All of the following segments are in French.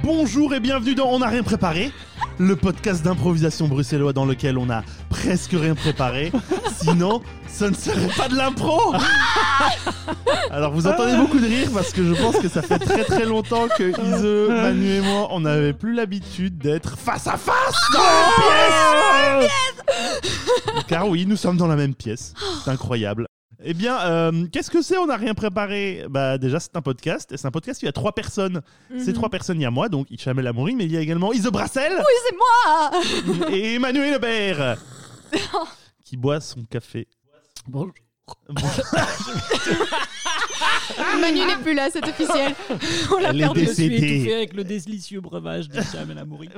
Bonjour et bienvenue dans On n'a rien préparé, le podcast d'improvisation bruxellois dans lequel on a presque rien préparé, sinon ça ne serait pas de l'impro. Alors vous entendez beaucoup de rire parce que je pense que ça fait très très longtemps que Ise, Manu et moi on n'avait plus l'habitude d'être face à face dans la pièce. Car oui, nous sommes dans la même pièce, c'est incroyable. Eh bien, qu'est-ce que c'est On n'a rien préparé ? Bah déjà, c'est un podcast. Et c'est un podcast où il y a 3 personnes. Ces 3 personnes, il y a moi, donc Hicham El Amouri, mais il y a également Ise Brassel. Oui, c'est moi. Et Emmanuel Lebert, qui boit son café. Bonjour. Manu n'est plus là, c'est officiel. On l'a Elle est perdu. Je suis décédée. étouffé avec le délicieux breuvage d'Hicham El Amouri.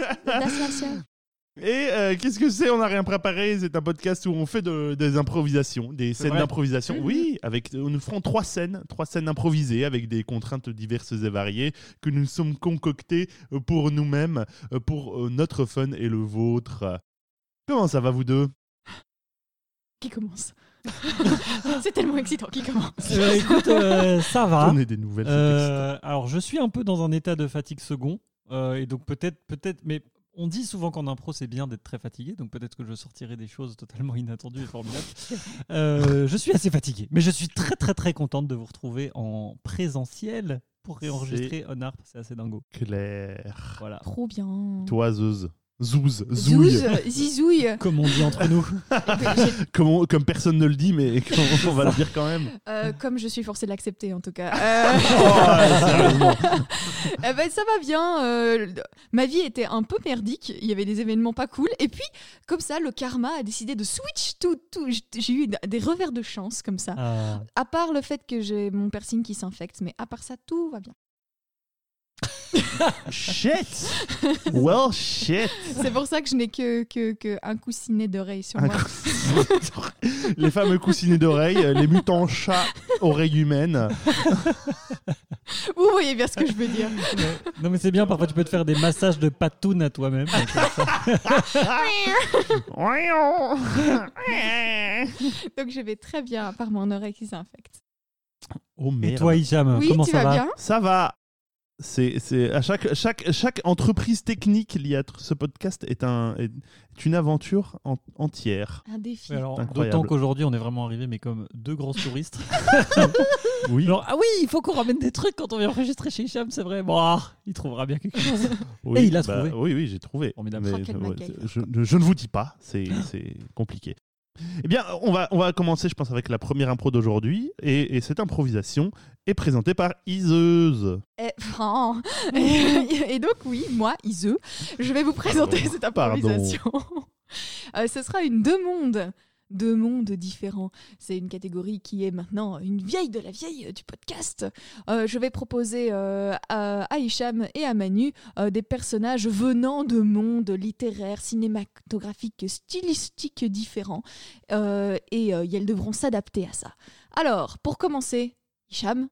Et qu'est-ce que c'est On n'a rien préparé. C'est un podcast où on fait des improvisations, des scènes vrai. d'improvisation. Oui, nous ferons 3 scènes improvisées avec des contraintes diverses et variées que nous sommes concoctées pour nous-mêmes, pour notre fun et le vôtre. Comment ça va vous deux ? Qui commence? C'est tellement excitant. Qui commence? Écoute, ça va. Donnez des nouvelles. Alors, je suis un peu dans un état de fatigue second. Et donc, peut-être, mais on dit souvent qu'en impro, c'est bien d'être très fatigué. Donc, peut-être que je sortirai des choses totalement inattendues et formidables. Je suis assez fatigué. Mais je suis très, très, très contente de vous retrouver en présentiel pour réenregistrer On Harp. C'est assez dingo. Claire. Voilà. Trop bien. Toi, Zouz. Zouze. Zouille. Zouz, zizouille. Comme on dit entre nous. Comme personne ne le dit, mais on va le dire quand même. Comme je suis forcée de l'accepter, en tout cas. Sérieusement. Ça va bien. Ma vie était un peu merdique. Il y avait des événements pas cool. Et puis, comme ça, le karma a décidé de switch tout. J'ai eu des revers de chance, comme ça. Ah. À part le fait que j'ai mon piercing qui s'infecte. Mais à part ça, tout va bien. Shit. Well, shit. C'est pour ça que je n'ai que un coussinet d'oreille sur moi. Les fameux coussinets d'oreilles, les mutants chats oreilles humaines. Vous voyez bien ce que je veux dire. Non, mais c'est bien, parfois tu peux te faire des massages de patoune à toi-même. Donc je vais très bien, à part mon oreille qui s'infecte. Oh merde. Et toi, Hicham, Oui, comment tu ça vas va? bien? Ça va. C'est à chaque entreprise technique liée à ce podcast est une aventure entière. Un défi. Alors, Incroyable. d'autant qu'aujourd'hui, on est vraiment arrivé, mais comme 2 grosses touristes. Oui. Genre, ah oui, il faut qu'on ramène des trucs quand on vient enregistrer chez Hicham, c'est vrai. Bon, il trouvera bien quelque chose. Oui, Et il a trouvé. Oui, j'ai trouvé. Formidable. Mais Oh, quel MacGyver. je ne vous dis pas, c'est compliqué. Eh bien, on va commencer, je pense, avec la première impro d'aujourd'hui. Et cette improvisation est présentée par Iseuse. Et donc oui, moi, Ise, je vais vous présenter cette improvisation. Ce sera une deux mondes différents. C'est une catégorie qui est maintenant une vieille de la vieille du podcast. Je vais proposer à Hicham et à Manu des personnages venant de mondes littéraires, cinématographiques, stylistiques différents. Et elles devront s'adapter à ça. Alors, pour commencer, Hicham.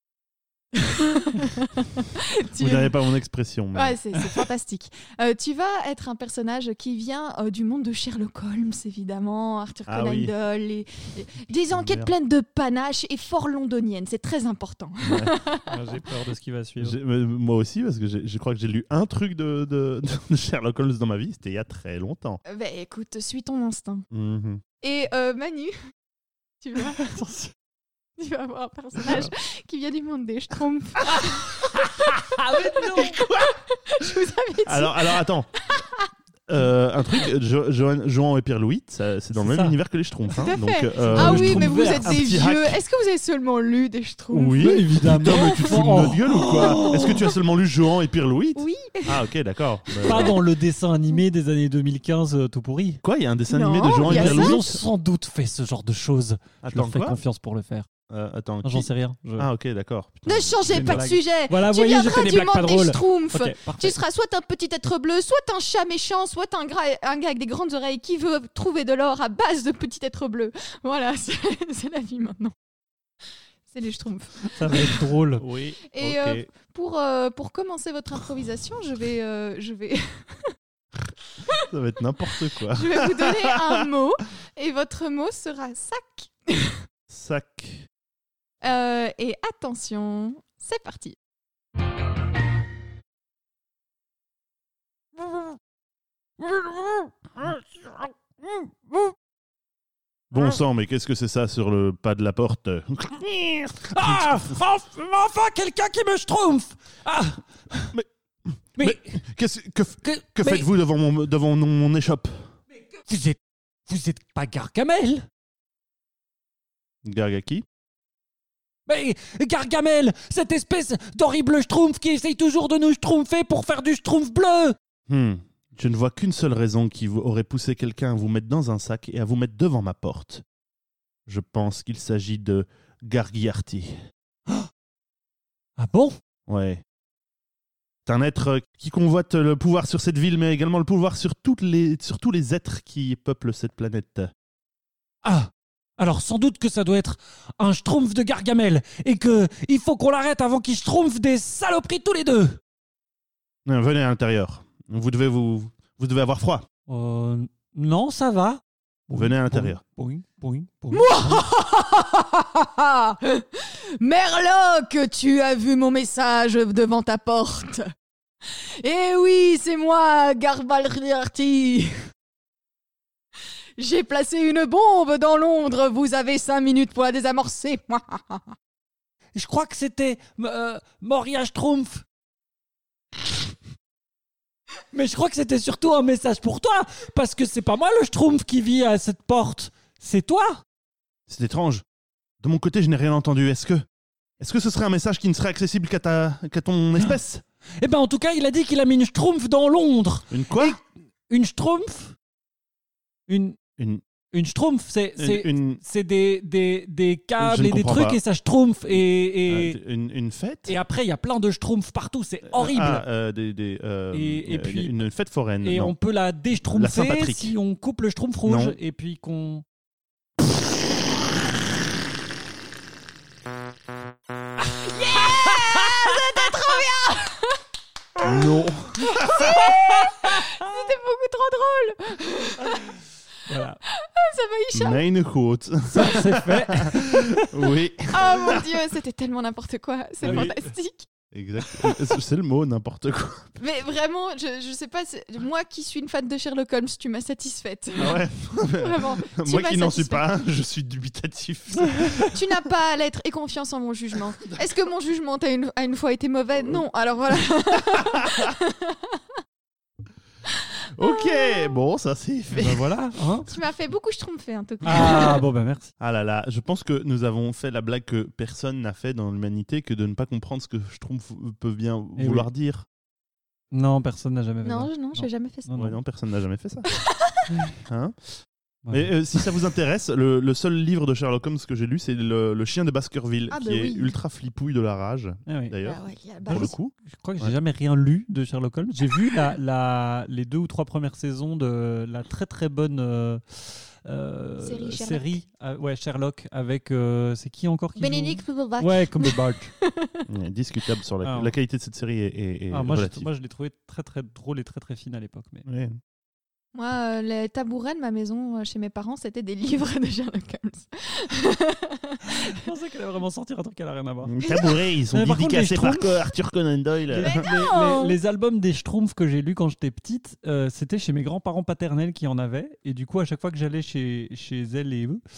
Vous n'avez pas mon expression. Mais... Ouais, c'est fantastique. Tu vas être un personnage qui vient du monde de Sherlock Holmes, évidemment, Arthur Conan oui. Doyle, des enquêtes pleines de panache et fort londoniennes. C'est très important. Ouais. J'ai peur de ce qui va suivre. Moi aussi, parce que je crois que j'ai lu un truc de Sherlock Holmes dans ma vie. C'était il y a très longtemps. Écoute, suis ton instinct. Mhm. Et Manu, tu vas avoir un personnage qui vient du monde des Schtroumpfs. Ah mais non. Je vous avais dit. Alors attends. Un truc, Johan et Pierre-Louis, c'est dans le même ça. univers que les Schtroumpfs. Hein, Tout à donc, fait. le Oui, mais Schtroumpf vous vert, êtes un des petit vieux. hack. Est-ce que vous avez seulement lu des Schtroumpfs? Oui, évidemment. Putain, mais tu te fous de notre gueule ou quoi? Est-ce que tu as seulement lu Johan et Pierre-Louis? Oui. Ah, ok, d'accord. Pas dans le dessin animé des années 2015 tout pourri. Quoi, il y a un dessin Non, animé de Johan il y et a ça. Ils Pierre-Louis? ont sans doute fait ce genre de choses. Je Attends, leur fais quoi? confiance pour le faire. Attends, Non, j'en sais rien. Ah, ok, d'accord. Putain. Ne changez C'est une pas de blague. sujet. Voilà, Tu voyez, je viendras fais des du blagues pas monde des drôles. Schtroumpfs. Ok, parfait. Tu seras soit un petit être bleu, soit un chat méchant, soit un gars avec des grandes oreilles qui veut trouver de l'or à base de petits êtres bleus. Voilà, c'est la vie maintenant. C'est les Schtroumpfs. Ça va être drôle. Oui, Et ok. pour commencer votre improvisation, je vais Ça va être n'importe quoi. je vais vous donner un mot et votre mot sera sac. Sac. Et attention, c'est parti. Bon sang, mais qu'est-ce que c'est ça sur le pas de la porte? Ah, enfin, quelqu'un qui me schtroumpf. Ah. Mais Que faites-vous devant mon échoppe? vous êtes pas Gargamel? Gargaki? Mais Gargamel, cette espèce d'horrible schtroumpf qui essaye toujours de nous schtroumpfer pour faire du schtroumpf bleu. Je ne vois qu'une seule raison qui aurait poussé quelqu'un à vous mettre dans un sac et à vous mettre devant ma porte. Je pense qu'il s'agit de Gargiarty. Ah bon? Ouais. C'est un être qui convoite le pouvoir sur cette ville, mais également le pouvoir sur tous les êtres qui peuplent cette planète. Ah, alors sans doute que ça doit être un schtroumpf de Gargamel et que il faut qu'on l'arrête avant qu'il schtroumpf des saloperies tous les deux. Venez à l'intérieur. Vous devez avoir froid. Non, ça va. Venez à l'intérieur. Merloc, tu as vu mon message devant ta porte. Eh oui, c'est moi, Garbalriarty. J'ai placé une bombe dans Londres. Vous avez 5 minutes pour la désamorcer. Je crois que c'était Moria Schtroumpf. Mais je crois que c'était surtout un message pour toi, parce que c'est pas moi le Schtroumpf qui vit à cette porte, c'est toi. C'est étrange. De mon côté, je n'ai rien entendu. Est-ce que ce serait un message qui ne serait accessible qu'à ton espèce? Eh ben en tout cas, il a dit qu'il a mis une Schtroumpf dans Londres. Une quoi? Une Schtroumpf? Une Schtroumpf, c'est des câbles et des trucs, et ça Schtroumpf et une fête. Et après, il y a plein de Schtroumpfs partout, c'est horrible. Et puis une fête foraine. Et non. on peut la déchtroumpfer La si on coupe le Schtroumpf rouge non. et puis qu'on... C'était trop bien. Non. C'était beaucoup trop drôle. Voilà. Ça va, Hicham. Meine Goed. Ça, c'est fait. Oui. Oh mon Dieu, c'était tellement n'importe quoi. C'est Oui. fantastique. Exact. C'est le mot, n'importe quoi. Mais vraiment, je sais pas, moi qui suis une fan de Sherlock Holmes, tu m'as satisfaite. Ah ouais. Vraiment. Moi qui n'en suis pas, je suis dubitatif. Tu n'as pas à l'être et confiance en mon jugement. Est-ce que mon jugement a une fois été mauvais? Non, alors voilà. Ok, bon, ça c'est fait. Ben voilà. Hein. Tu m'as fait beaucoup schtroumpfer en tout cas. Ah bon, ben merci. Ah là là, je pense que nous avons fait la blague que personne n'a fait dans l'humanité, que de ne pas comprendre ce que Schtroumpf peut bien Eh vouloir dire. Non, personne n'a jamais fait ça. Non, j'ai jamais fait ça. Non, Ouais, non, personne n'a jamais fait ça. Hein? Ouais. Mais si ça vous intéresse, le seul livre de Sherlock Holmes que j'ai lu, c'est le chien de Baskerville, Ah, qui bah est oui. ultra flipouille de la rage, Ah oui. d'ailleurs. Ah ouais, il y a la Pour base. le coup. Je crois que j'ai Ouais. jamais rien lu de Sherlock Holmes. J'ai vu les 2 ou 3 premières saisons de la très très bonne série Sherlock avec c'est qui encore qui Benedict Cumberbatch. joue? Ouais, Cumberbatch. Discutable sur Ah. la qualité de cette série est Moi relative. je l'ai trouvé très très drôle et très très fine à l'époque. Mais... Ouais. Moi, les tabourets de ma maison chez mes parents, c'était des livres de Sherlock Holmes. Je pensais qu'elle allait vraiment sortir un truc qui n'a rien à voir. Tabouret, ils sont Mais par contre, dédicacés les par Schtroumpfs- Arthur Conan Doyle. Les albums des Schtroumpfs que j'ai lus quand j'étais petite, c'était chez mes grands-parents paternels qui en avaient. Et du coup, à chaque fois que j'allais chez elle et eux,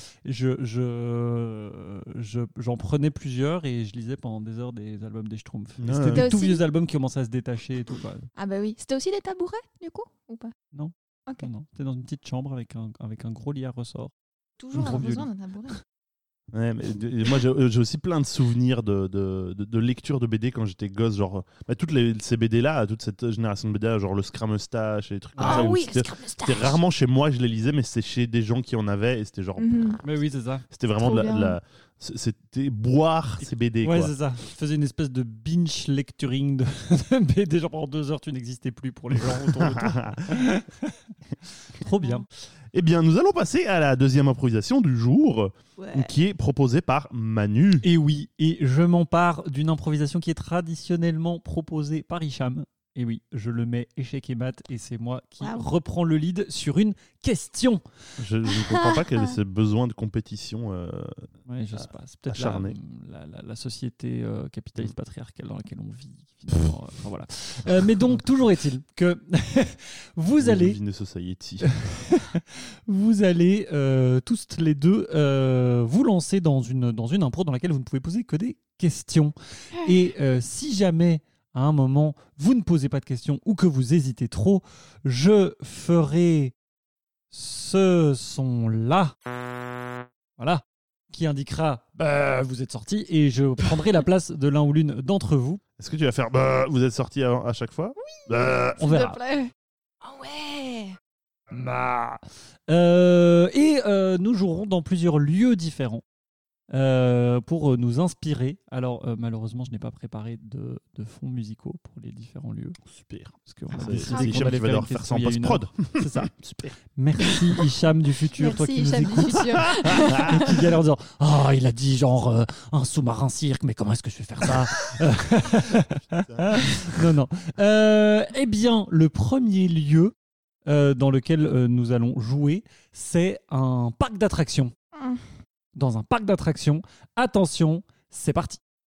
j'en prenais plusieurs et je lisais pendant des heures des albums des Schtroumpfs. Et Ah, c'était ouais. des tout Aussi- vieux albums qui commençaient à se détacher et tout. Quoi. Ah bah oui. C'était aussi des tabourets, du coup, ou pas? Non. Ok. Non, c'était dans une petite chambre avec un gros lit à ressort. Toujours Gros on a vieux besoin lit. d'un tabouret. Ouais, mais moi j'ai aussi plein de souvenirs de lecture de BD quand j'étais gosse, genre toutes ces BD là, toute cette génération de BD là, genre le Scrameustache et des trucs comme ça. Ah où oui, c'était rarement chez moi que je les lisais, mais c'était chez des gens qui en avaient et c'était genre Mais oui, c'est ça. c'était vraiment Trop bien. c'était boire ces BD Ouais, quoi. c'est ça. Je faisais une espèce de binge lecturing de BD. Genre pendant 2 heures, tu n'existais plus pour les gens autour de toi. Trop bien. Eh bien, nous allons passer à la deuxième improvisation du jour, Ouais. qui est proposée par Manu. Et oui, et je m'empare d'une improvisation qui est traditionnellement proposée par Hicham. Et oui, je le mets échec et mat et c'est moi qui Wow. reprends le lead sur une question. Je ne comprends pas quel est ce besoin de compétition. Ouais, je sais pas. C'est peut-être acharné. la société capitaliste patriarcale dans laquelle on vit. Finalement, enfin, voilà. Mais donc, toujours est-il que vous allez Une society. vous allez tous les deux vous lancer dans une impro dans laquelle vous ne pouvez poser que des questions. Et si jamais à un moment vous ne posez pas de questions ou que vous hésitez trop, je ferai ce son-là, voilà, qui indiquera vous êtes sortis et je prendrai la place de l'un ou l'une d'entre vous. Est-ce que tu vas faire vous êtes sortis à chaque fois? Oui. On verra. S'il te plaît. Oh ouais. Nous jouerons dans plusieurs lieux différents pour nous inspirer. Alors malheureusement, je n'ai pas préparé de fonds musicaux pour les différents lieux. Super. Parce qu'on a C'est décidé qu'on Hicham allait qui va faire devoir une faire ça en question il y a une post-prod. heure. C'est ça. Super. Merci Hicham du futur, toi qui Merci, nous Hicham écoutes. du futur. Et qui galère en disant il a dit genre un sous-marin cirque, mais comment est-ce que je vais faire ça? Non. Eh bien, le premier lieu dans lequel nous allons jouer, c'est un parc d'attractions. Dans un parc d'attractions, attention, c'est parti.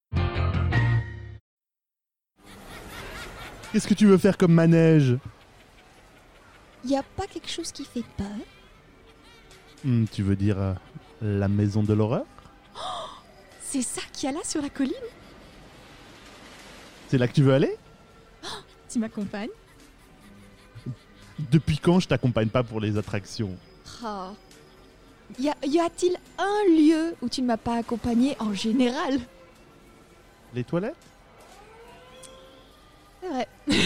Qu'est-ce que tu veux faire comme manège? Y a pas quelque chose qui fait peur? Tu veux dire la maison de l'horreur? C'est ça qu'il y a là sur la colline? C'est là que tu veux aller? Tu m'accompagnes? Depuis quand je t'accompagne pas pour les attractions? Oh. Y a-t-il un lieu où tu ne m'as pas accompagné en général? Les toilettes? C'est vrai.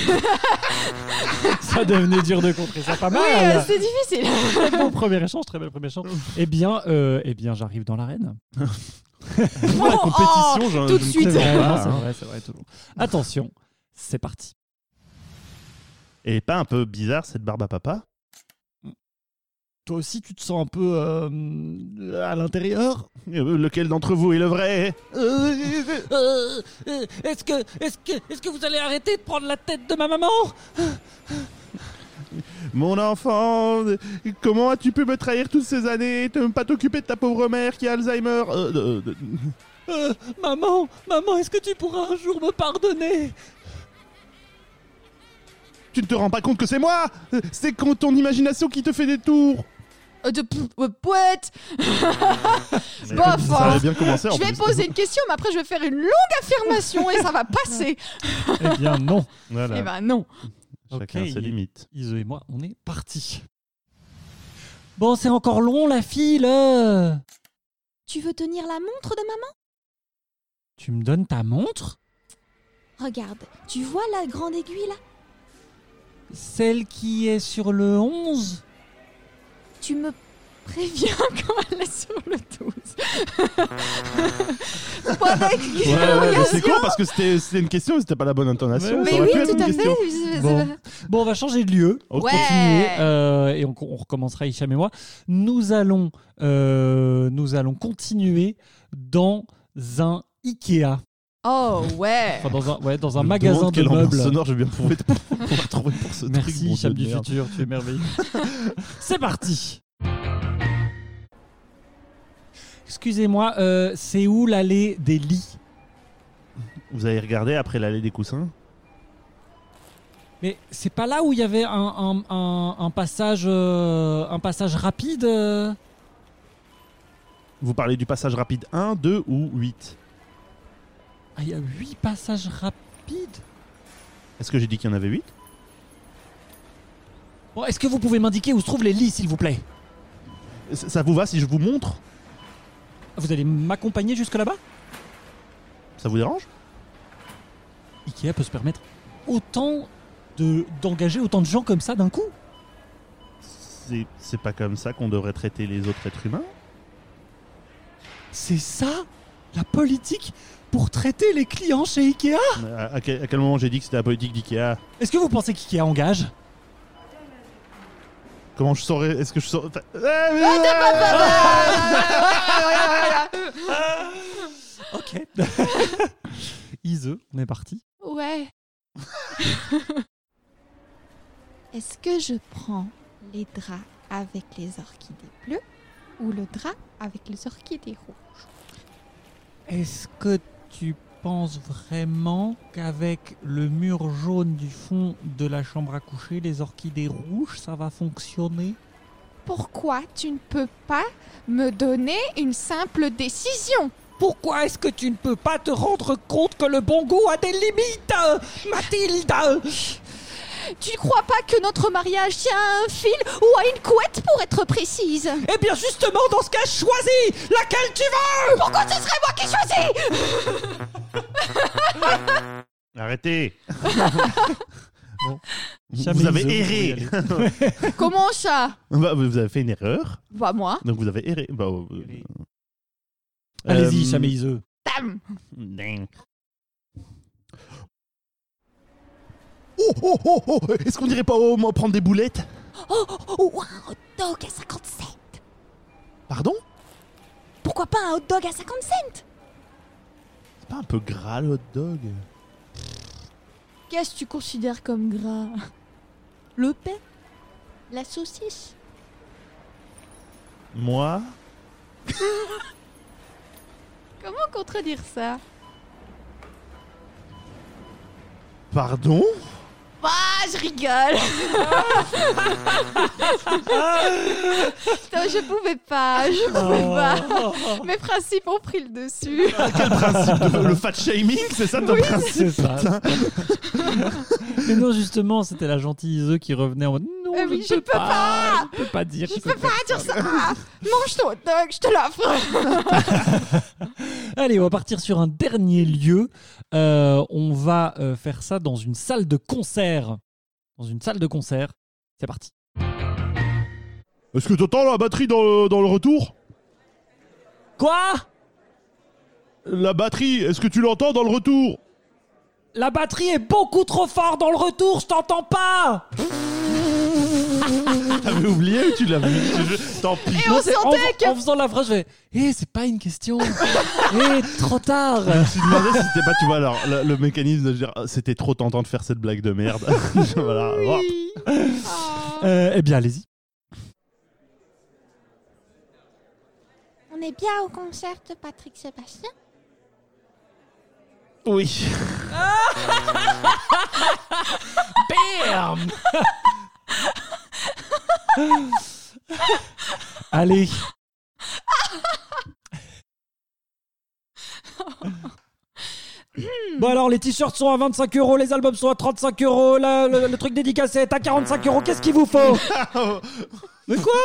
Ça devenait dur de contrer ça, pas mal. Oui, c'est difficile. Très bon premier échange, très bel premier échange. Eh bien, j'arrive dans l'arène. Moi, la compétition, je tout de ne suite. comprends C'est pas, hein. vrai, c'est vrai, toujours. Attention, c'est parti. Et pas un peu bizarre cette barbe à papa? Toi aussi, tu te sens un peu à l'intérieur? Lequel d'entre vous est le vrai? Est-ce que vous allez arrêter de prendre la tête de ma maman? Mon enfant, comment as-tu pu me trahir toutes ces années et ne pas t'occuper de ta pauvre mère qui a Alzheimer? Maman, est-ce que tu pourras un jour me pardonner? Tu ne te rends pas compte que c'est moi? C'est ton imagination qui te fait des tours. Poète. Bof, Ça avait bien commencé en Je vais plus. poser une question, mais après je vais faire une longue affirmation et ça va passer. Eh bien, non. Voilà. Eh ben non. Chacun Ok. ses limites. Ise et moi, on est partis. Bon, c'est encore long, la fille, là. Tu veux tenir la montre de maman? Tu me donnes ta montre? Regarde, tu vois la grande aiguille là? Celle qui est sur le 11? Tu me préviens quand elle est sur le 12. Point d'aiguille. Ouais, mais c'est con parce que c'était une question, c'était pas la bonne intonation. Mais Ça Mais aurait oui, pu être tout une à question. fait. Bon, on va changer de lieu. Ok. Ouais. Continuer, et on recommencera Hicham et moi. Nous allons continuer dans un Ikea. Oh ouais. Enfin, dans un Je me magasin demande de quelle ambiance meubles. sonore je vais bien pouvoir trouver pour ce truc. Merci bon Hicham Dieu du de merde. futur, tu es merveilleux. C'est parti. Excusez-moi, c'est où l'allée des lits? Vous avez regardé après l'allée des coussins? Mais c'est pas là où il y avait un passage rapide Vous parlez du passage rapide 1, 2 ou 8? Ah, il y a 8 passages rapides. Est-ce que j'ai dit qu'il y en avait 8? Bon, est-ce que vous pouvez m'indiquer où se trouvent les lits, s'il vous plaît? Ça vous va si je vous montre? Vous allez m'accompagner jusque là-bas? Ça vous dérange? Ikea peut se permettre d'engager autant de gens comme ça d'un coup? C'est pas comme ça qu'on devrait traiter les autres êtres humains? C'est ça, la politique pour traiter les clients chez Ikea? À quel moment j'ai dit que c'était la politique d'Ikea? Est-ce que vous pensez qu'Ikea engage? Comment je saurais? Est-ce que je saurais? Ok. Ise, on est parti. Ouais. Est-ce que je prends les draps avec les orchidées bleues ou le drap avec les orchidées rouges? Est-ce que tu penses vraiment qu'avec le mur jaune du fond de la chambre à coucher, les orchidées rouges, ça va fonctionner? Pourquoi tu ne peux pas me donner une simple décision? Pourquoi est-ce que tu ne peux pas te rendre compte que le bon goût a des limites, Mathilde? Tu ne crois pas que notre mariage tient à un fil ou à une couette pour être précise? Eh bien justement, dans ce cas, choisis laquelle tu veux. Pourquoi ce serait moi qui choisis? Arrêtez. Bon. Vous avez erré. Comment ça? Bah, vous avez fait une erreur. Bah moi. Donc vous avez erré. Bah, Allez-y, Chameiseux. Dame. Ding. Oh, est-ce qu'on irait pas prendre des boulettes? Ou un hot dog à 50 cents. Pardon? Pourquoi pas un hot dog à 50 cents? C'est pas un peu gras le hot dog? Qu'est-ce que tu considères comme gras? Le pain? La saucisse? Moi? Comment contredire ça? Pardon? Ah, je rigole. Putain, je pouvais pas. Mes principes ont pris le dessus. Quel principe le fat shaming? C'est ça ton principe? C'est ça. Mais non, justement, c'était la gentille Iseu qui revenait en mode non, oui, je peux pas. Je peux pas dire. Je peux pas dire ça. Mange ton hot dog, je te l'offre. Allez, on va partir sur un dernier lieu. On va faire ça dans une salle de concert. Dans une salle de concert. C'est parti. Est-ce que t'entends la batterie dans le retour? Quoi? La batterie, est-ce que tu l'entends dans le retour? La batterie est beaucoup trop fort dans le retour, je t'entends pas. T'avais oublié ou tu l'as vu? Tant pis. Et on sentait que... En faisant la phrase, je fais c'est pas une question. Trop tard. Je me suis demandé si c'était pas, tu vois, alors, le mécanisme de dire c'était trop tentant de faire cette blague de merde. Voilà. Oui. Eh bien, allez-y. On est bien au concert de Patrick Sébastien? Oui. Bam. Allez. Bon alors, les t-shirts sont à 25 €, les albums sont à 35 €, le truc dédicacé est à 45 €. Qu'est-ce qu'il vous faut? Mais quoi?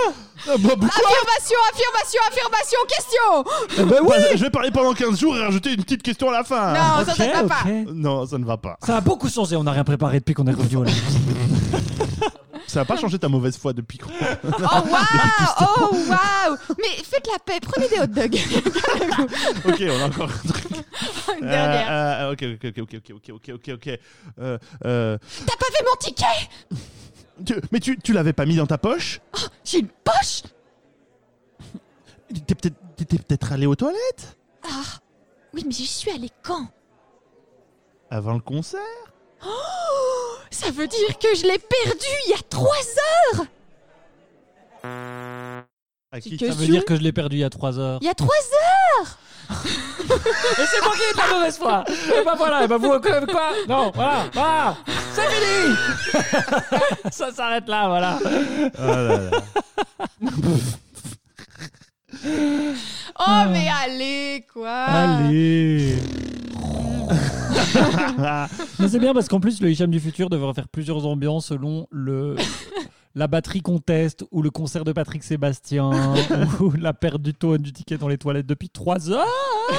Affirmation, question. Je vais parler pendant 15 jours et rajouter une petite question à la fin. Non, ça ne va pas. Non, ça ne va pas. Ça a beaucoup changé, on n'a rien préparé depuis qu'on est revenu. Ça n'a pas changé ta mauvaise foi depuis quand? Oh waouh. Mais faites la paix, prenez des hot dogs. Ok, on a encore un truc. Une dernière. Ok. T'as pas fait mon ticket? Mais tu l'avais pas mis dans ta poche? Oh, j'ai une poche? T'es peut-être allé aux toilettes? Ah, oui, mais j'y suis allée quand? Avant le concert? Oh, ça veut dire que je l'ai perdu il y a 3 heures. À qui? Ça veut dire que je l'ai perdu il y a 3 heures. Il y a 3 heures. Et c'est moi qui ai de la mauvaise foi. Et ben voilà, et ben vous quoi? Non, voilà, c'est fini. Ça s'arrête là, voilà. Oh là là. Oh mais allez quoi. Allez. Mais c'est bien parce qu'en plus le Hicham du futur devrait faire plusieurs ambiances selon la batterie qu'on teste ou le concert de Patrick Sébastien ou la perte du taux du ticket dans les toilettes depuis 3 heures.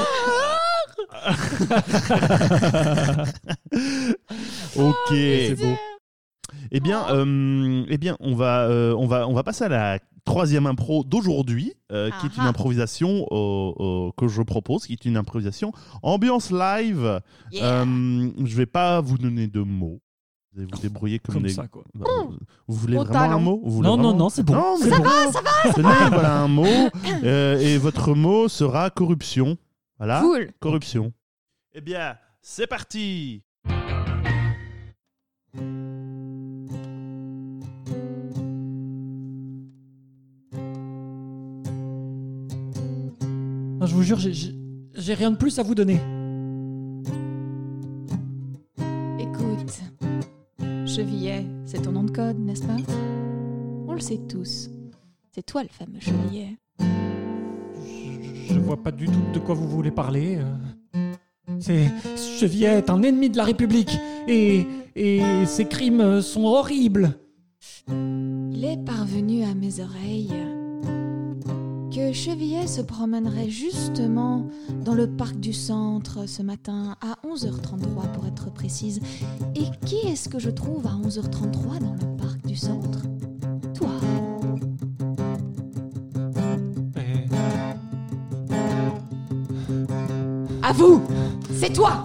Ok, c'est beau. Eh bien, on va passer à la troisième impro d'aujourd'hui, qui est une improvisation que je propose, qui est une improvisation ambiance live. Yeah. Je vais pas vous donner de mots. Vous allez vous débrouiller comme des... ça, quoi. Vous voulez Au vraiment talent. un mot? Vous voulez Non, vraiment... c'est bon. Non, mais Ça bon. va. Tenez, voilà un mot. Et votre mot sera corruption. Voilà. Cool. Corruption. Eh bien, c'est parti. je vous jure, j'ai rien de plus à vous donner. Écoute, Chevillet, c'est ton nom de code, n'est-ce pas? On le sait tous. C'est toi le fameux Chevillet. Je vois pas du tout de quoi vous voulez parler. Chevillet est un ennemi de la République et ses crimes sont horribles. Il est parvenu à mes oreilles que Chevillet se promènerait justement dans le parc du centre ce matin à 11h33 pour être précise. Et qui est-ce que je trouve à 11h33 dans le parc du centre? Toi. À vous! C'est toi!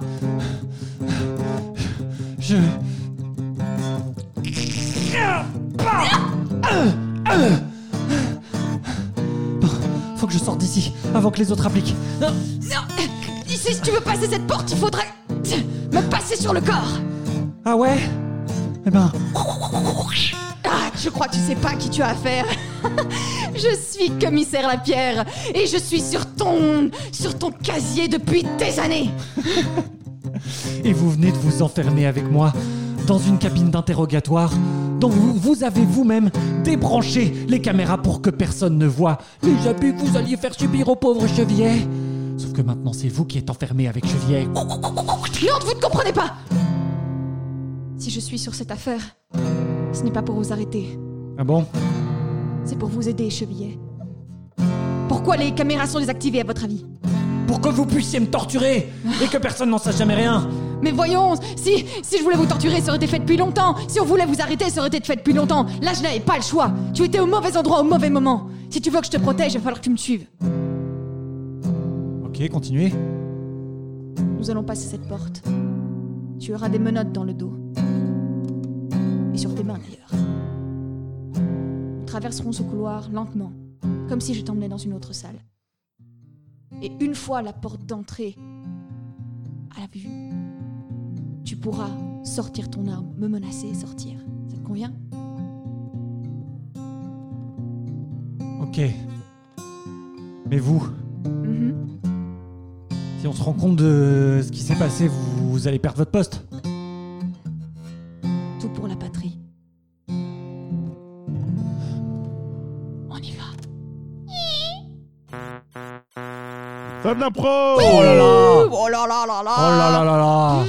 Faut que je sorte d'ici avant que les autres appliquent. Non! Ici, si tu veux passer cette porte, il faudrait me passer sur le corps! Ah ouais? Eh ben... Ah, je crois que tu sais pas à qui tu as affaire. Je suis commissaire Lapierre et je suis sur ton casier depuis des années. Et vous venez de vous enfermer avec moi dans une cabine d'interrogatoire dont vous avez vous-même débranché les caméras pour que personne ne voie les abus que vous alliez faire subir au pauvre Chevillet. Sauf que maintenant c'est vous qui êtes enfermé avec Chevillet. Non, vous ne comprenez pas. Si je suis sur cette affaire, ce n'est pas pour vous arrêter. Ah bon? C'est pour vous aider, Chevillet. Pourquoi les caméras sont désactivées, à votre avis? Pour que vous puissiez me torturer et que personne n'en sache jamais rien. Mais voyons, si je voulais vous torturer, ça aurait été fait depuis longtemps. Si on voulait vous arrêter, ça aurait été fait depuis longtemps. Là, je n'avais pas le choix. Tu étais au mauvais endroit, au mauvais moment. Si tu veux que je te protège, il va falloir que tu me suives. Ok, continuez. Nous allons passer cette porte. Tu auras des menottes dans le dos. Et sur tes mains, d'ailleurs. Nous traverserons ce couloir lentement, comme si je t'emmenais dans une autre salle. Et une fois la porte d'entrée à la vue, tu pourras sortir ton arme, me menacer et sortir. Ça te convient? Ok. Mais vous, si on se rend compte de ce qui s'est passé, vous allez perdre votre poste. Tout pour la patrie. On y va. Top d'impro! Oh là là! Oh là là là là! Oh là là là là!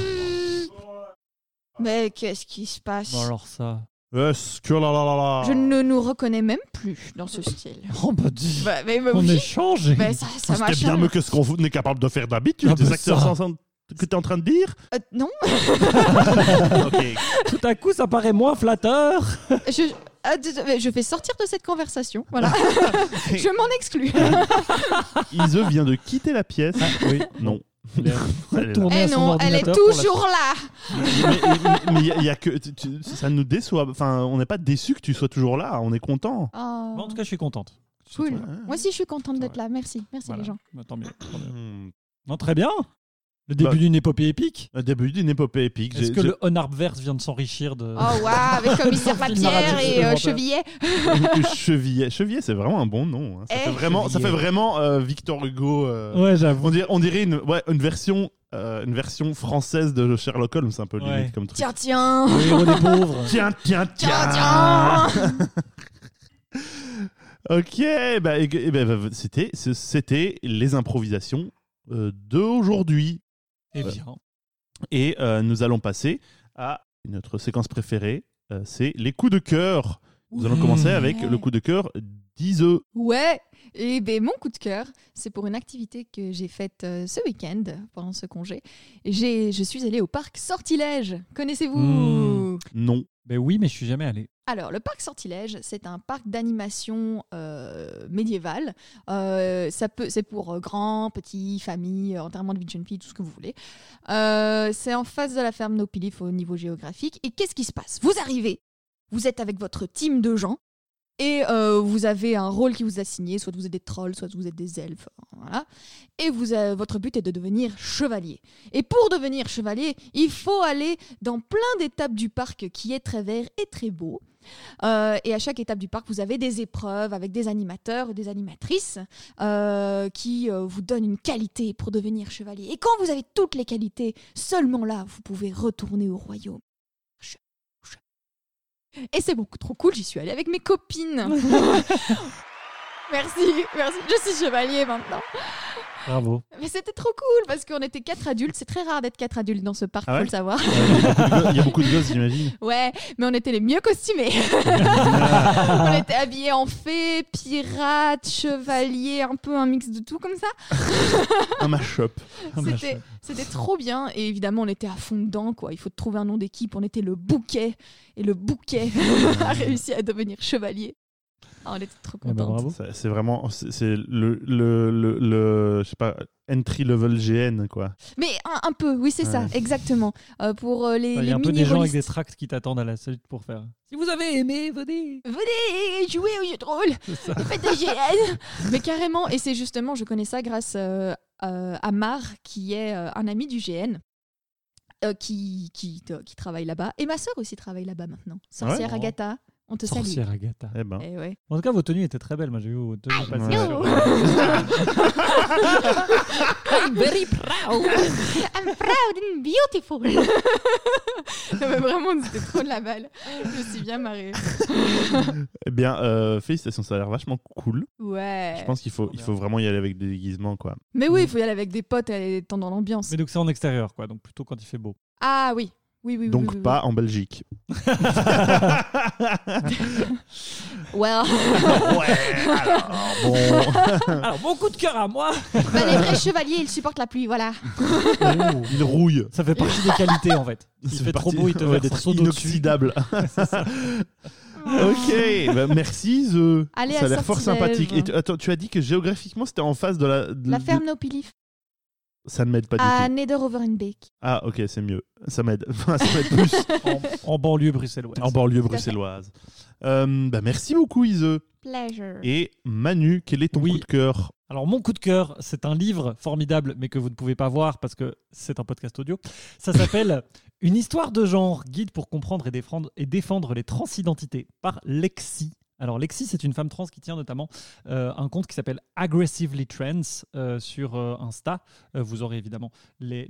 Mais qu'est-ce qui se passe? Bon alors ça... Est-ce que là là là là? Je ne nous reconnais même plus dans ce style. Oh bah dis... Mais on oui. est changé. Mais ça C'était m'a bien mieux que ce qu'on est capable de faire d'habitude. Ah bah Des acteurs ça. que t'es en train de dire? Non. Ok. Tout à coup ça paraît moins flatteur. Je fais sortir de cette conversation. Voilà. Je m'en exclus. Ise vient de quitter la pièce. Oui. Non. Elle est retournée Eh à son non, elle est ordinateur pour la- toujours là. Mais il y a que ça nous déçoit. Enfin, on n'est pas déçu que tu sois toujours là. On est content. Oh, En tout cas je suis contente. cool. Ouais. Moi aussi, je suis contente C'est d'être vrai. là. Merci. Merci Voilà. les gens. Bah, tant mieux. Hmm. Non, très bien. Le début Bah. d'une épopée épique. Le début d'une épopée épique. Est-ce que le Onarpverse vient de s'enrichir de... Oh waouh, avec commissaire Film Lapierre narratif et supplémentaire. Chevillet. Chevillet. Chevillet, c'est vraiment un bon nom. Hein. Ça, Eh. fait vraiment, ça fait vraiment Victor Hugo. Ouais, j'avoue. On dirait une version française de Sherlock Holmes, c'est un peu limite Ouais. comme truc. Tiens. Le héros des pauvres. Tiens. Tiens. Ok, c'était les improvisations d'aujourd'hui. Eh bien. Et nous allons passer à notre séquence préférée, c'est les coups de cœur. Nous allons commencer avec le coup de cœur d'Ise. Ouais. Et ben mon coup de cœur, c'est pour une activité que j'ai faite ce week-end pendant ce congé. Je suis allée au parc Sortilège. Connaissez-vous? Non. Ben oui, mais je suis jamais allé. Alors, le parc Sortilège, c'est un parc d'animation médiévale. C'est pour grands, petits, familles, enterrement de vie de jeune fille, tout ce que vous voulez. C'est en face de la ferme Nopilif au niveau géographique. Et qu'est-ce qui se passe? Vous arrivez, vous êtes avec votre team de gens, et vous avez un rôle qui vous est assigné, soit vous êtes des trolls, soit vous êtes des elfes. Voilà. Et votre but est de devenir chevalier. Et pour devenir chevalier, il faut aller dans plein d'étapes du parc qui est très vert et très beau. Et à chaque étape du parc, vous avez des épreuves avec des animateurs ou des animatrices qui vous donnent une qualité pour devenir chevalier. Et quand vous avez toutes les qualités, seulement là, vous pouvez retourner au royaume. Et c'est beaucoup trop cool, j'y suis allée avec mes copines. Merci. Je suis chevalier maintenant. Bravo. Mais c'était trop cool parce qu'on était 4 adultes. C'est très rare d'être 4 adultes dans ce parc, faut le savoir. Il y a beaucoup de gosses, j'imagine. Ouais, mais on était les mieux costumés. On était habillés en fées, pirates, chevaliers, un peu un mix de tout comme ça. Un mash-up. C'était trop bien. Et évidemment, on était à fond dedans, quoi. Il faut trouver un nom d'équipe. On était le Bouquet. Et le Bouquet a réussi à devenir chevalier. Ah, on était trop contents. C'est vraiment le je sais pas, entry level GN, quoi. Mais un peu, oui, c'est ça, exactement. Pour les il y a un peu des mini-rollistes. gens avec des tracts qui t'attendent à la suite pour faire. Si vous avez aimé, venez jouer au jeu de rôle, faites des GN. Mais carrément, et c'est justement, je connais ça grâce à Mar, qui est un ami du GN. Qui travaille là-bas. Et ma sœur aussi travaille là-bas maintenant. Sorcière Agatha. On te salue. Sorcière Agatha. Eh ben. Eh ouais. En tout cas, vos tenues étaient très belles. Moi, j'ai vu vos tenues passer. I'm very proud. I'm proud and beautiful. Non, mais vraiment, c'était trop de la balle. Je me suis bien marrée. Eh bien, félicitations, ça a l'air vachement cool. Ouais. Je pense qu'il faut vraiment y aller avec des déguisements, quoi. Mais oui, il faut y aller avec des potes et être dans l'ambiance. Mais donc, c'est en extérieur, quoi. Donc, plutôt quand il fait beau. Ah oui. Oui. Donc oui. pas en Belgique. Well. Ouais, alors bon. Alors, mon coup de cœur à moi. Bah, les vrais chevaliers, ils supportent la pluie, voilà. Il rouille. Ça fait partie des qualités, en fait. Il fait trop beau, il te verse d'être son dos dessus. inoxydable. Ok, bah merci The. Allez, ça a à l'air fort Sortilège. sympathique. Et attends, tu as dit que géographiquement c'était en face de La ferme Nopilif. Ça ne m'aide pas du À tout. Neder-Overenbeek. Ah ok, c'est mieux. Ça m'aide. Ça m'aide plus. En banlieue bruxelloise. En banlieue bruxelloise. Bah merci beaucoup Ise. Pleasure. Et Manu, quel est ton coup de cœur? Alors, mon coup de cœur, c'est un livre formidable, mais que vous ne pouvez pas voir parce que c'est un podcast audio. Ça s'appelle Une histoire de genre, guide pour comprendre et défendre les transidentités par Lexi. Alors, Lexi, c'est une femme trans qui tient notamment un compte qui s'appelle Aggressively Trans sur Insta. Vous aurez évidemment les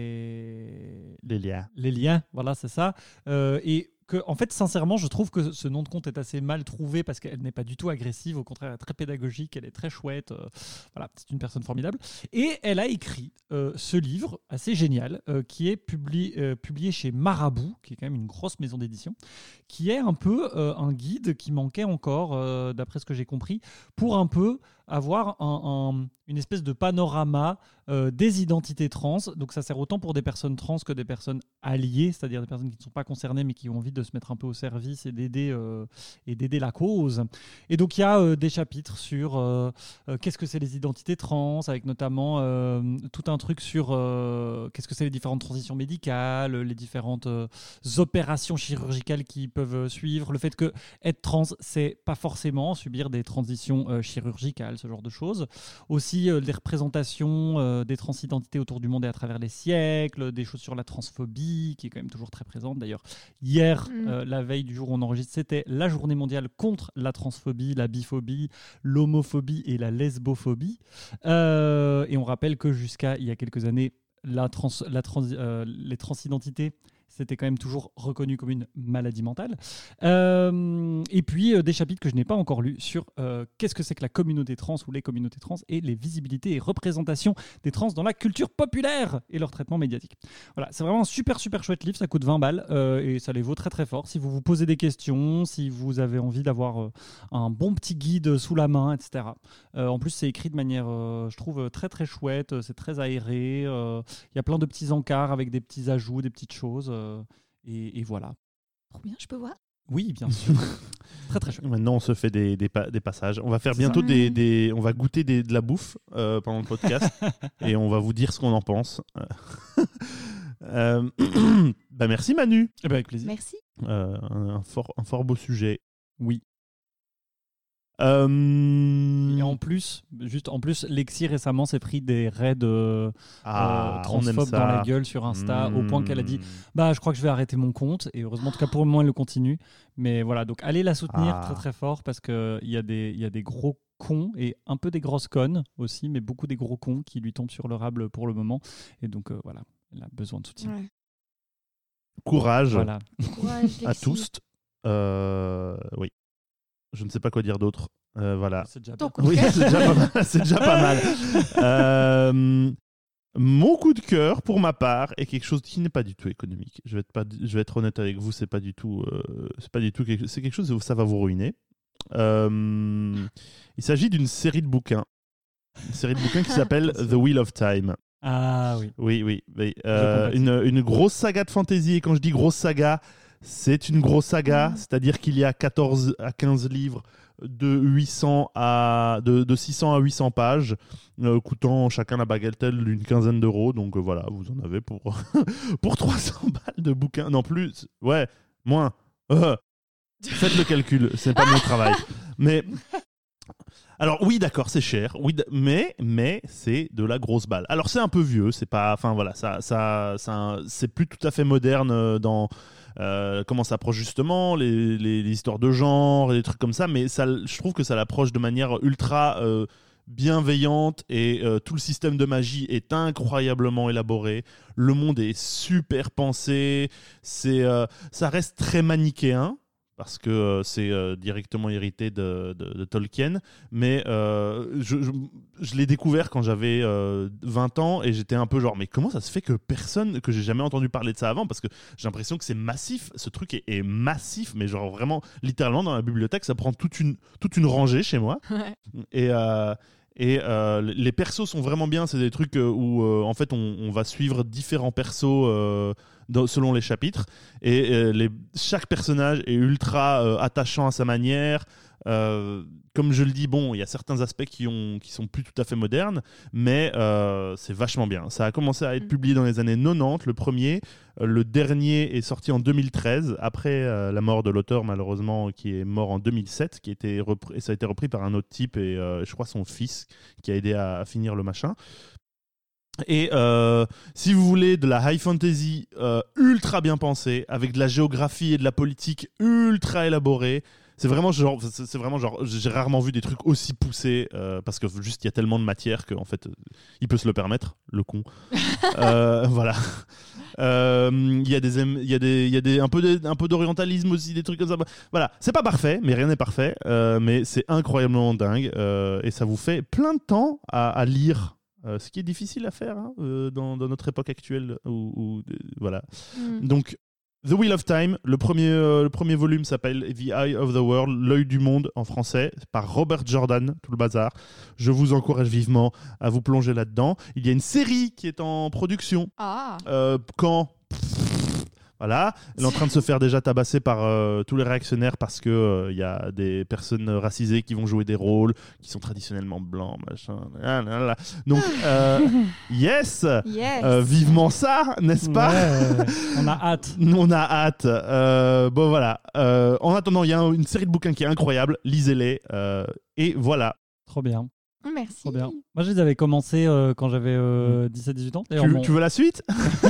liens. Voilà, c'est ça. Et en fait, sincèrement, je trouve que ce nom de compte est assez mal trouvé parce qu'elle n'est pas du tout agressive. Au contraire, elle est très pédagogique, elle est très chouette. Voilà, c'est une personne formidable. Et elle a écrit ce livre assez génial qui est publié chez Marabout, qui est quand même une grosse maison d'édition, qui est un peu un guide qui manquait encore, d'après ce que j'ai compris, pour un peu avoir une espèce de panorama des identités trans. Donc ça sert autant pour des personnes trans que des personnes alliées, c'est-à-dire des personnes qui ne sont pas concernées mais qui ont envie de se mettre un peu au service et d'aider la cause. Et donc il y a des chapitres sur qu'est-ce que c'est les identités trans, avec notamment tout un truc sur qu'est-ce que c'est les différentes transitions médicales, les différentes opérations chirurgicales qui peuvent suivre, le fait que être trans, c'est pas forcément subir des transitions chirurgicales, ce genre de choses. Aussi des représentations des transidentités autour du monde et à travers les siècles, des choses sur la transphobie qui est quand même toujours très présente. D'ailleurs, hier, la veille du jour où on enregistre, c'était la journée mondiale contre la transphobie, la biphobie, l'homophobie et la lesbophobie. Et on rappelle que jusqu'à il y a quelques années, les transidentités, c'était quand même toujours reconnu comme une maladie mentale. Et puis, des chapitres que je n'ai pas encore lus sur qu'est-ce que c'est que la communauté trans ou les communautés trans et les visibilités et représentations des trans dans la culture populaire et leur traitement médiatique. Voilà, c'est vraiment un super, super chouette livre. Ça coûte 20 balles et ça les vaut très, très fort. Si vous vous posez des questions, si vous avez envie d'avoir un bon petit guide sous la main, etc. En plus, c'est écrit de manière, je trouve, très, très chouette. C'est très aéré. Il y a plein de petits encarts avec des petits ajouts, des petites choses. Et voilà. Trop bien, je peux voir? Oui, bien sûr. Très très chouette. Maintenant, on se fait des passages. On va faire bientôt on va goûter de la bouffe pendant le podcast et on va vous dire ce qu'on en pense. Bah merci Manu. Eh ben, avec plaisir. Merci. Un fort beau sujet. Oui. Et en plus, Lexi récemment s'est pris des raids transphobes dans la gueule sur Insta, au point qu'elle a dit je crois que je vais arrêter mon compte. Et heureusement, en tout cas pour le moment, elle le continue. Mais voilà, donc allez la soutenir très très fort parce qu'il y a des gros cons et un peu des grosses connes aussi, mais beaucoup des gros cons qui lui tombent sur le rable pour le moment. Et donc voilà, elle a besoin de soutien. Ouais. Courage, Courage à tous. Oui. Je ne sais pas quoi dire d'autre. Voilà. C'est déjà Donc, oui, c'est déjà pas mal. C'est déjà pas mal. Mon coup de cœur, pour ma part, est quelque chose qui n'est pas du tout économique. Je vais être honnête avec vous, c'est pas du tout c'est quelque chose où ça va vous ruiner. Il s'agit d'une série de bouquins. Une série de bouquins qui s'appelle The Wheel of Time. Ah oui. Oui. Une grosse saga de fantasy. Et quand je dis grosse saga, c'est une grosse saga, c'est-à-dire qu'il y a 14 à 15 livres de 600 à 800 pages, coûtant chacun la bagatelle d'une quinzaine d'euros. Donc voilà, vous en avez pour 300 balles de bouquins. Non, plus. Ouais, moins. Faites le calcul, c'est pas mon travail. Mais... Alors oui, d'accord, c'est cher, oui, mais c'est de la grosse balle. Alors c'est un peu vieux, c'est pas, enfin voilà, c'est plus tout à fait moderne dans comment ça approche justement les histoires de genre et des trucs comme ça, mais je trouve que ça l'approche de manière ultra bienveillante et tout le système de magie est incroyablement élaboré. Le monde est super pensé, ça reste très manichéen. Parce que c'est directement hérité de Tolkien. Mais je l'ai découvert quand j'avais 20 ans et j'étais un peu genre, mais comment ça se fait que j'ai jamais entendu parler de ça avant? Parce que j'ai l'impression que c'est massif. Ce truc est massif, mais genre vraiment, littéralement, dans la bibliothèque, ça prend toute une rangée chez moi. Ouais. Et les persos sont vraiment bien. C'est des trucs où en fait on va suivre différents persos selon les chapitres. Et chaque personnage est ultra attachant à sa manière. Comme je le dis, bon, il y a certains aspects qui sont plus tout à fait modernes, mais c'est vachement bien. Ça a commencé à être publié dans les années 90, le premier. Le dernier est sorti en 2013, après la mort de l'auteur, malheureusement, qui est mort en 2007, et ça a été repris par un autre type, et je crois son fils, qui a aidé à finir le machin. Et si vous voulez de la high fantasy ultra bien pensée, avec de la géographie et de la politique ultra élaborée, c'est vraiment genre, j'ai rarement vu des trucs aussi poussés parce que juste il y a tellement de matière qu'en fait il peut se le permettre, le con. Voilà. Il y a un peu d'orientalisme aussi, des trucs comme ça. Voilà, c'est pas parfait, mais rien n'est parfait. Mais c'est incroyablement dingue et ça vous fait plein de temps à lire. Ce qui est difficile à faire dans notre époque actuelle. Voilà. Donc, The Wheel of Time, le premier volume s'appelle The Eye of the World, l'œil du monde en français, par Robert Jordan, tout le bazar. Je vous encourage vivement à vous plonger là-dedans. Il y a une série qui est en production. Quand voilà, elle est en train de se faire déjà tabasser par tous les réactionnaires parce que y a des personnes racisées qui vont jouer des rôles qui sont traditionnellement blancs, machin. Donc, yes. Vivement ça, n'est-ce pas? Ouais, on a hâte. On a hâte. Bon, voilà. En attendant, il y a une série de bouquins qui est incroyable. Lisez-les. Et voilà. Trop bien. Merci. Trop bien. Moi, je les avais commencés quand j'avais 17-18 ans. Tu veux la suite?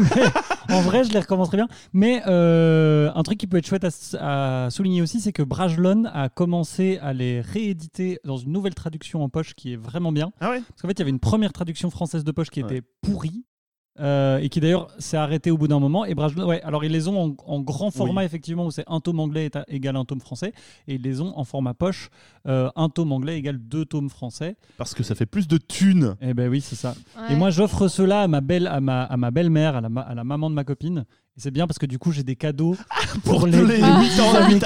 En vrai, je les recommencerai bien. Mais un truc qui peut être chouette à souligner aussi, c'est que Brajlon a commencé à les rééditer dans une nouvelle traduction en poche qui est vraiment bien. Ah ouais? Parce qu'en fait, il y avait une première traduction française de poche qui était pourrie. Et qui d'ailleurs s'est arrêté au bout d'un moment. Et Brajlon, alors ils les ont en grand format, effectivement, où c'est un tome anglais égale un tome français. Et ils les ont en format poche, un tome anglais égale 2 tomes français. Parce que ça fait plus de thunes. Eh ben oui, c'est ça. Ouais. Et moi, j'offre cela à ma belle-mère, à la maman de ma copine. Et c'est bien parce que du coup, j'ai des cadeaux pour les 8 années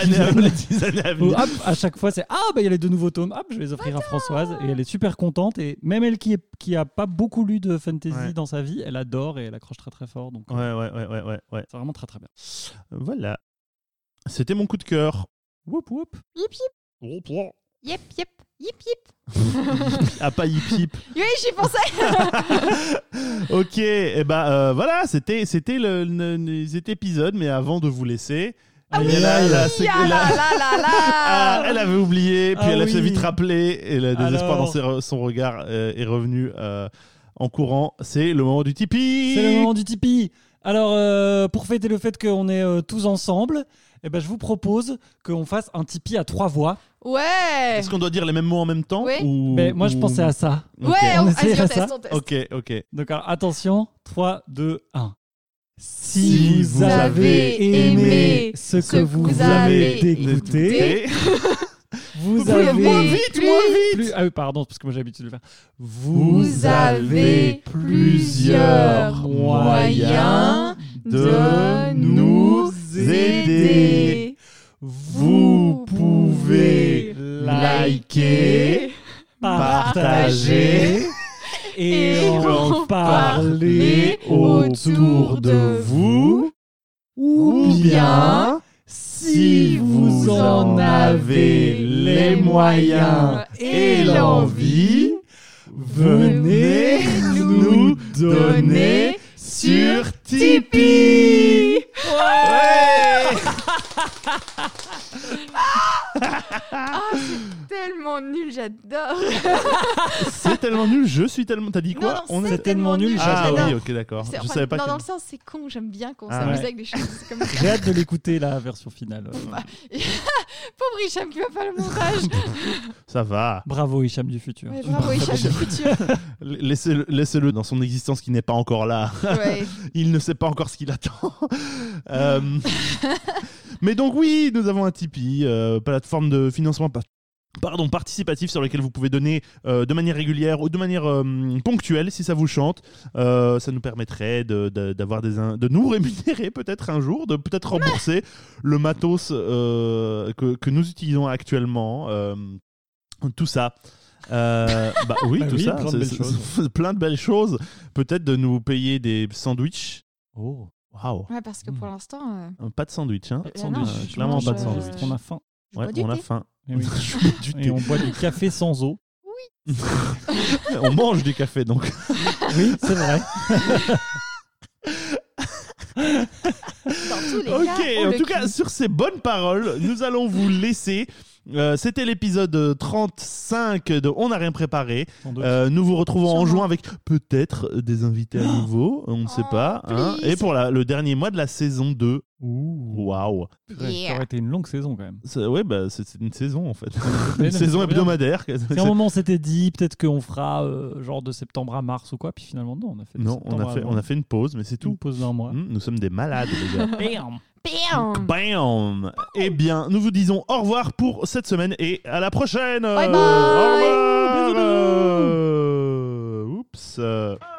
à venir. Hop, à chaque fois, c'est il y a les 2 nouveaux tomes. Hop, je vais les offrir à Françoise. Et elle est super contente. Et même elle qui a pas beaucoup lu de fantasy dans sa vie, elle adore et elle accroche très très fort. Donc, ouais. C'est vraiment très très bien. Voilà. C'était mon coup de cœur. Whoop whoop. Yip yip. Whoop, whoop. Yip yip. Yip yip. Ah, pas hip hip. Oui, j'y pensais. Ok, et voilà, c'était cet épisode, mais avant de vous laisser, Aïe, aïe, Là, aïe. là, c'est- Ya là- là. Ah, elle avait oublié, puis Ah elle a oui. fait vite rappeler, et le désespoir Alors. dans son regard est revenu en courant. C'est le moment du Tipeee. C'est le moment du Tipeee. Alors, pour fêter le fait qu'on est tous ensemble, eh ben, je vous propose qu'on fasse un Tipeee à 3 voix. Ouais. Est-ce qu'on doit dire les mêmes mots en même temps Oui. ou... Mais moi, je ou- pensais à ça. Ok. Ouais, On vas-y, essaiera on ça. teste, on Ok, test. ok. Donc, alors, attention, 3, 2, 1. Si vous avez aimé ce que vous avez écouté, vous pouvez avez moins vite, moins plus... Ah oui, pardon, parce que moi j'ai l'habitude de le faire. Vous avez plusieurs moyens de nous aider. Vous pouvez liker, partager et en parler parler autour de vous. ou bien, si vous en avez les moyens et l'envie, venez nous donner sur Tipeee. Ouais. Tellement nul, j'adore. C'est tellement nul, je suis tellement... T'as dit quoi? Non, est tellement nul, Ah j'adore. oui, ok, d'accord. Je savais pas non, que... dans le sens, c'est con, j'aime bien qu'on Ah s'amuse ouais. avec des choses. C'est comme... J'ai hâte de l'écouter la version finale. Pauvre Hicham qui va faire le montage. Ça va. Bravo Hicham du futur. Ouais, bravo Hicham du futur. Laissez-le dans son existence qui n'est pas encore là. Ouais. Il ne sait pas encore ce qu'il attend. Mais donc oui, nous avons un Tipeee, plateforme de financement participatif sur lequel vous pouvez donner de manière régulière ou de manière ponctuelle si ça vous chante. Ça nous permettrait d'avoir de nous rémunérer peut-être un jour, de peut-être rembourser le matos que nous utilisons actuellement. Tout ça. Bah oui, Bah tout oui, ça. plein de belles choses. Plein de belles choses. Peut-être de nous payer des sandwichs. Oh, Waouh. Ouais, parce que pour l'instant, Pas de sandwich, hein. pas de non, sandwich. je clairement mange, pas de sandwich. On a faim. je Ouais, bois du on a thé. faim. Et, oui. Je bois du Et thé. on boit du café sans eau. On mange du café donc. Oui, c'est vrai. Dans tous les Ok, cas, on en le tout cas, crie. sur ces bonnes paroles, nous allons vous laisser. C'était l'épisode 35 de On n'a rien préparé. Sans doute. Nous vous retrouvons en Sûrement. juin avec peut-être des invités à nouveau, on ne sait Oh, pas. Hein. please. Et pour le dernier mois de la saison 2. Ouh. Waouh. Purée, Yeah. Ça aurait été une longue saison quand même. Ouais, bah, c'est une saison en fait. Mais Une non, saison c'est bien. hebdomadaire. Si à un moment on s'était dit peut-être qu'on fera genre de septembre à mars ou quoi, puis finalement non, on a fait de Non, on a fait une pause, mais c'est une tout. pause d'un mois. Nous sommes des malades, les gars. Bam. Bam. Bam. Eh bien, nous vous disons au revoir pour cette semaine et à la prochaine. Bye bye. Au revoir. Bisous, bisous. Oups.